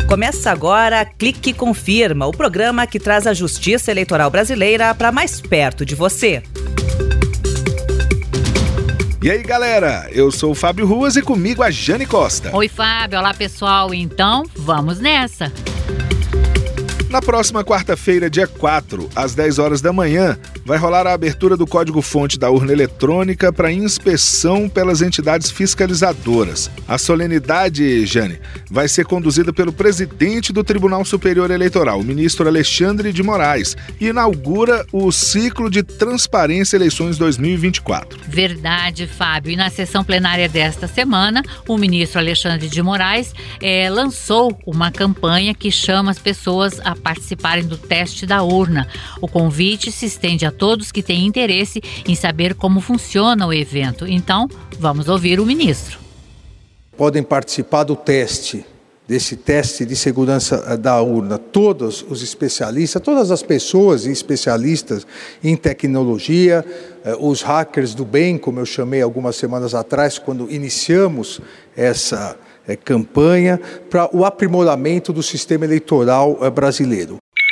Começa agora Clique e Confirma, o programa que traz a Justiça Eleitoral brasileira para mais perto de você. E aí, galera, eu sou o Fábio Ruas e comigo a Jane Costa. Oi, Fábio. Olá, pessoal. Então, vamos nessa. Na próxima quarta-feira, dia 4, às 10 horas da manhã, vai rolar a abertura do código-fonte da urna eletrônica para inspeção pelas entidades fiscalizadoras. A solenidade, Jane, vai ser conduzida pelo presidente do Tribunal Superior Eleitoral, o ministro Alexandre de Moraes, e inaugura o ciclo de Transparência Eleições 2024. Verdade, Fábio. E na sessão plenária desta semana, o ministro Alexandre de Moraes lançou uma campanha que chama as pessoas a participarem do teste da urna. O convite se estende a todos que têm interesse em saber como funciona o evento. Então, vamos ouvir o ministro. Podem participar desse teste de segurança da urna, todos os especialistas, todas as pessoas e especialistas em tecnologia, os hackers do bem, como eu chamei algumas semanas atrás, quando iniciamos essa campanha para o aprimoramento do sistema eleitoral brasileiro.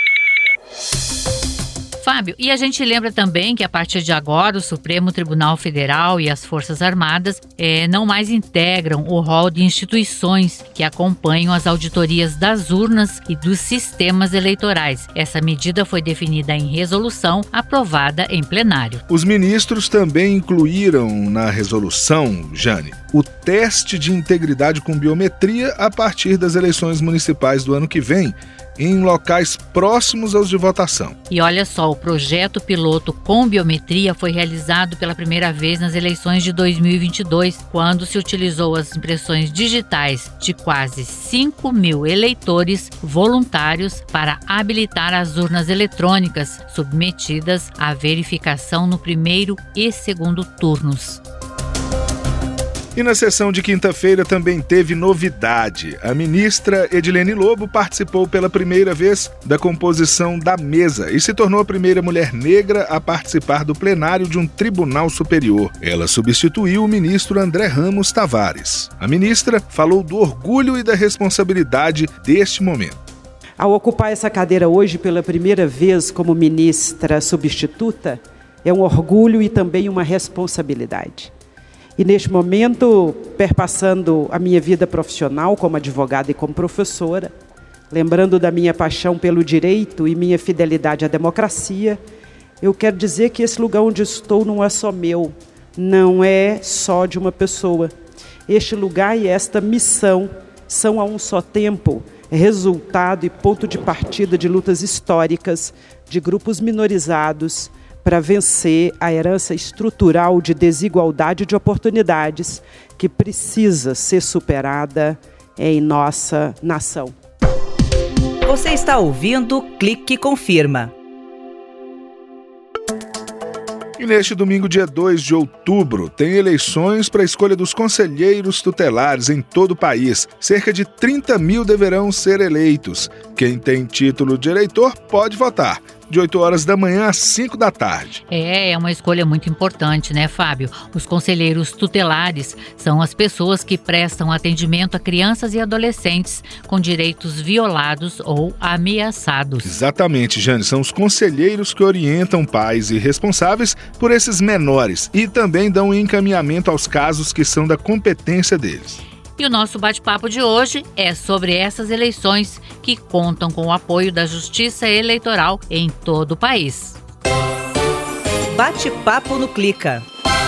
Fábio, e a gente lembra também que a partir de agora o Supremo Tribunal Federal e as Forças Armadas não mais integram o rol de instituições que acompanham as auditorias das urnas e dos sistemas eleitorais. Essa medida foi definida em resolução aprovada em plenário. Os ministros também incluíram na resolução, Jane, o teste de integridade com biometria a partir das eleições municipais do ano que vem, em locais próximos aos de votação. E olha só, o projeto piloto com biometria foi realizado pela primeira vez nas eleições de 2022, quando se utilizou as impressões digitais de quase 5 mil eleitores voluntários para habilitar as urnas eletrônicas, submetidas à verificação no primeiro e segundo turnos. E na sessão de quinta-feira também teve novidade. A ministra Edilene Lobo participou pela primeira vez da composição da mesa e se tornou a primeira mulher negra a participar do plenário de um tribunal superior. Ela substituiu o ministro André Ramos Tavares. A ministra falou do orgulho e da responsabilidade deste momento. Ao ocupar essa cadeira hoje pela primeira vez como ministra substituta, é um orgulho e também uma responsabilidade. E neste momento, perpassando a minha vida profissional como advogada e como professora, lembrando da minha paixão pelo direito e minha fidelidade à democracia, eu quero dizer que esse lugar onde estou não é só meu, não é só de uma pessoa. Este lugar e esta missão são a um só tempo resultado e ponto de partida de lutas históricas de grupos minorizados, para vencer a herança estrutural de desigualdade de oportunidades que precisa ser superada em nossa nação. Você está ouvindo Clique e Confirma. E neste domingo, dia 2 de outubro, tem eleições para a escolha dos conselheiros tutelares em todo o país. Cerca de 30 mil deverão ser eleitos. Quem tem título de eleitor pode votar, de 8 horas da manhã às 5 da tarde. É uma escolha muito importante, né, Fábio? Os conselheiros tutelares são as pessoas que prestam atendimento a crianças e adolescentes com direitos violados ou ameaçados. Exatamente, Jane. São os conselheiros que orientam pais e responsáveis por esses menores e também dão encaminhamento aos casos que são da competência deles. E o nosso bate-papo de hoje é sobre essas eleições que contam com o apoio da Justiça Eleitoral em todo o país. Bate-papo no Clica.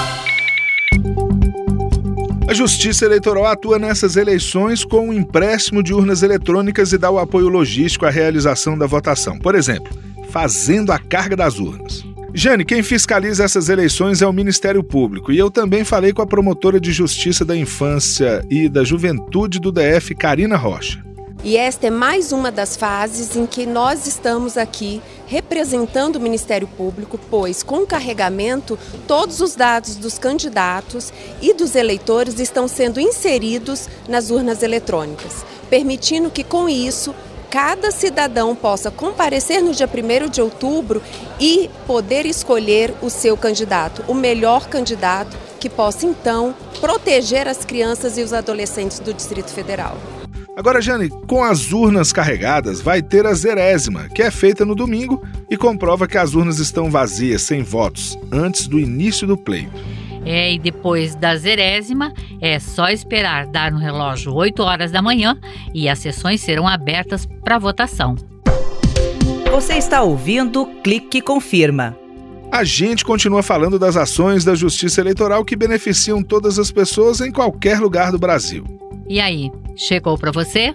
A Justiça Eleitoral atua nessas eleições com o empréstimo de urnas eletrônicas e dá o apoio logístico à realização da votação. Por exemplo, fazendo a carga das urnas. Jane, quem fiscaliza essas eleições é o Ministério Público. E eu também falei com a promotora de Justiça da Infância e da Juventude do DF, Karina Rocha. E esta é mais uma das fases em que nós estamos aqui representando o Ministério Público, pois com o carregamento todos os dados dos candidatos e dos eleitores estão sendo inseridos nas urnas eletrônicas, permitindo que com isso cada cidadão possa comparecer no dia 1º de outubro e poder escolher o seu candidato, o melhor candidato que possa então proteger as crianças e os adolescentes do Distrito Federal. Agora, Jane, com as urnas carregadas, vai ter a zerésima, que é feita no domingo e comprova que as urnas estão vazias, sem votos, antes do início do pleito. E depois da zerésima, é só esperar dar no relógio 8 horas da manhã e as sessões serão abertas para votação. Você está ouvindo Clique Confirma. A gente continua falando das ações da Justiça Eleitoral que beneficiam todas as pessoas em qualquer lugar do Brasil. E aí, chegou para você?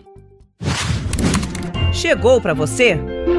Chegou para você?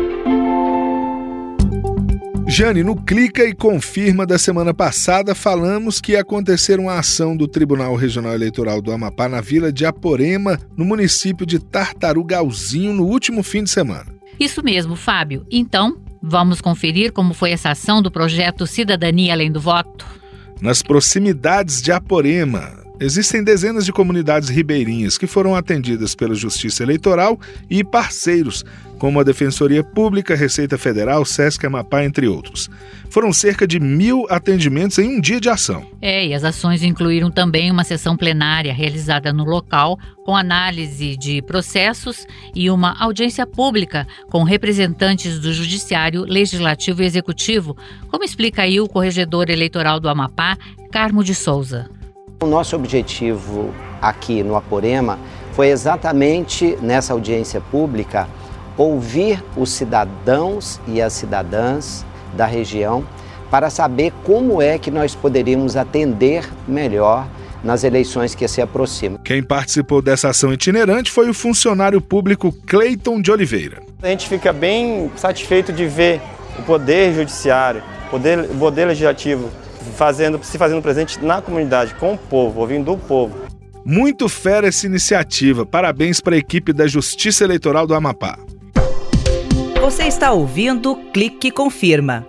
Jane, no Clica e Confirma da semana passada, falamos que ia acontecer uma ação do Tribunal Regional Eleitoral do Amapá na vila de Aporema, no município de Tartarugalzinho, no último fim de semana. Isso mesmo, Fábio. Então, vamos conferir como foi essa ação do projeto Cidadania Além do Voto? Nas proximidades de Aporema, existem dezenas de comunidades ribeirinhas que foram atendidas pela Justiça Eleitoral e parceiros, como a Defensoria Pública, Receita Federal, Sesc Amapá, entre outros. Foram cerca de 1.000 atendimentos em um dia de ação. E as ações incluíram também uma sessão plenária realizada no local, com análise de processos e uma audiência pública com representantes do Judiciário, Legislativo e Executivo, como explica aí o corregedor eleitoral do Amapá, Carmo de Souza. O nosso objetivo aqui no Aporema foi exatamente nessa audiência pública ouvir os cidadãos e as cidadãs da região para saber como é que nós poderíamos atender melhor nas eleições que se aproximam. Quem participou dessa ação itinerante foi o funcionário público Cleiton de Oliveira. A gente fica bem satisfeito de ver o Poder Judiciário, o Poder Legislativo se fazendo presente na comunidade, com o povo, ouvindo o povo. Muito fera essa iniciativa. Parabéns para a equipe da Justiça Eleitoral do Amapá. Você está ouvindo Clique Confirma.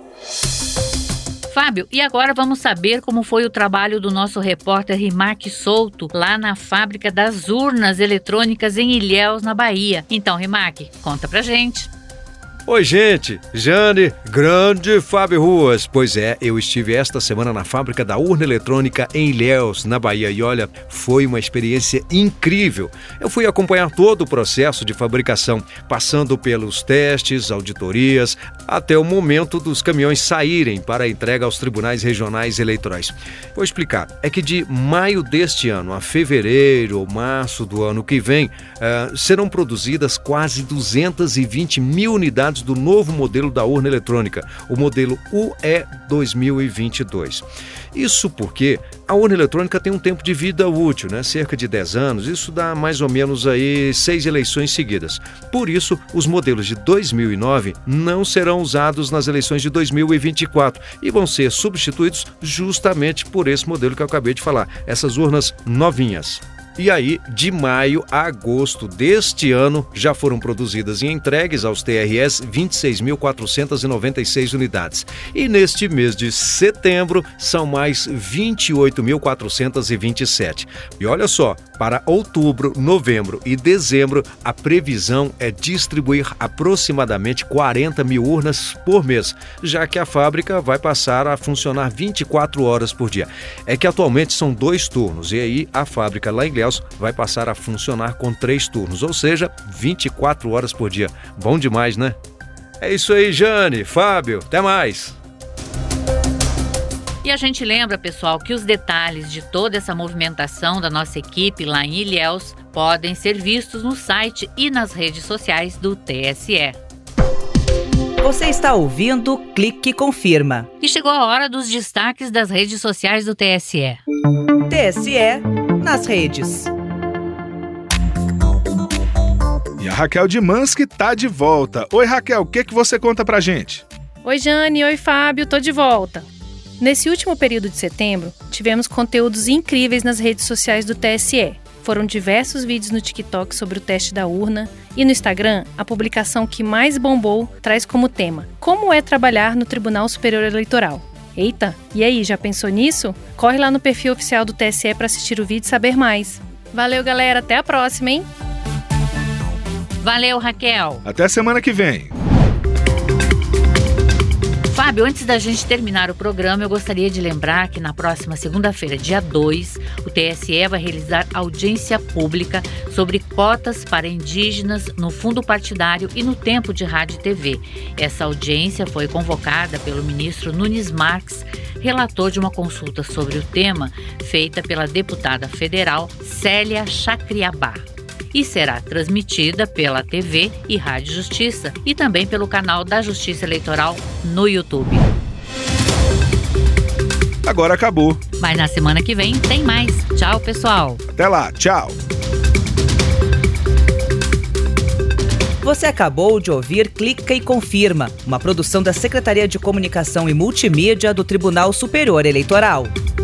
Fábio, e agora vamos saber como foi o trabalho do nosso repórter Rimac Souto lá na fábrica das urnas eletrônicas em Ilhéus, na Bahia. Então, Rimac, conta pra gente. Oi, gente, Jane, grande Fábio Ruas. Pois é, eu estive esta semana na fábrica da urna eletrônica em Ilhéus, na Bahia, e olha, foi uma experiência incrível. Eu fui acompanhar todo o processo de fabricação, passando pelos testes, auditorias, até o momento dos caminhões saírem para a entrega aos tribunais regionais eleitorais. Vou explicar, é que de maio deste ano a fevereiro ou março do ano que vem, serão produzidas quase 220 mil unidades do novo modelo da urna eletrônica, o modelo UE 2022. Isso porque a urna eletrônica tem um tempo de vida útil, cerca de 10 anos, isso dá mais ou menos aí 6 eleições seguidas. Por isso, os modelos de 2009 não serão usados nas eleições de 2024 e vão ser substituídos justamente por esse modelo que eu acabei de falar, essas urnas novinhas. E aí, de maio a agosto deste ano, já foram produzidas e entregues aos TRS 26.496 unidades. E neste mês de setembro, são mais 28.427. E olha só, para outubro, novembro e dezembro, a previsão é distribuir aproximadamente 40 mil urnas por mês, já que a fábrica vai passar a funcionar 24 horas por dia. É que atualmente são 2 turnos, e aí a fábrica lá em Ilhéus vai passar a funcionar com 3 turnos, ou seja, 24 horas por dia. Bom demais, né? É isso aí, Jane, Fábio, até mais! E a gente lembra, pessoal, que os detalhes de toda essa movimentação da nossa equipe lá em Ilhéus podem ser vistos no site e nas redes sociais do TSE. Você está ouvindo Clique Confirma. E chegou a hora dos destaques das redes sociais do TSE. TSE nas redes. E a Raquel Dimansky tá de volta. Oi, Raquel, o que você conta pra gente? Oi, Jane. Oi, Fábio. Tô de volta. Nesse último período de setembro, tivemos conteúdos incríveis nas redes sociais do TSE. Foram diversos vídeos no TikTok sobre o teste da urna e no Instagram, a publicação que mais bombou traz como tema: como é trabalhar no Tribunal Superior Eleitoral? Eita, e aí, já pensou nisso? Corre lá no perfil oficial do TSE para assistir o vídeo e saber mais. Valeu, galera, até a próxima, hein? Valeu, Raquel. Até semana que vem. Fábio, antes da gente terminar o programa, eu gostaria de lembrar que na próxima segunda-feira, dia 2, o TSE vai realizar audiência pública sobre cotas para indígenas no fundo partidário e no tempo de rádio e TV. Essa audiência foi convocada pelo ministro Nunes Marques, relator de uma consulta sobre o tema feita pela deputada federal Célia Chacriabá, e será transmitida pela TV e Rádio Justiça e também pelo canal da Justiça Eleitoral no YouTube. Agora acabou. Mas na semana que vem tem mais. Tchau, pessoal. Até lá, tchau. Você acabou de ouvir Clica e Confirma, uma produção da Secretaria de Comunicação e Multimídia do Tribunal Superior Eleitoral.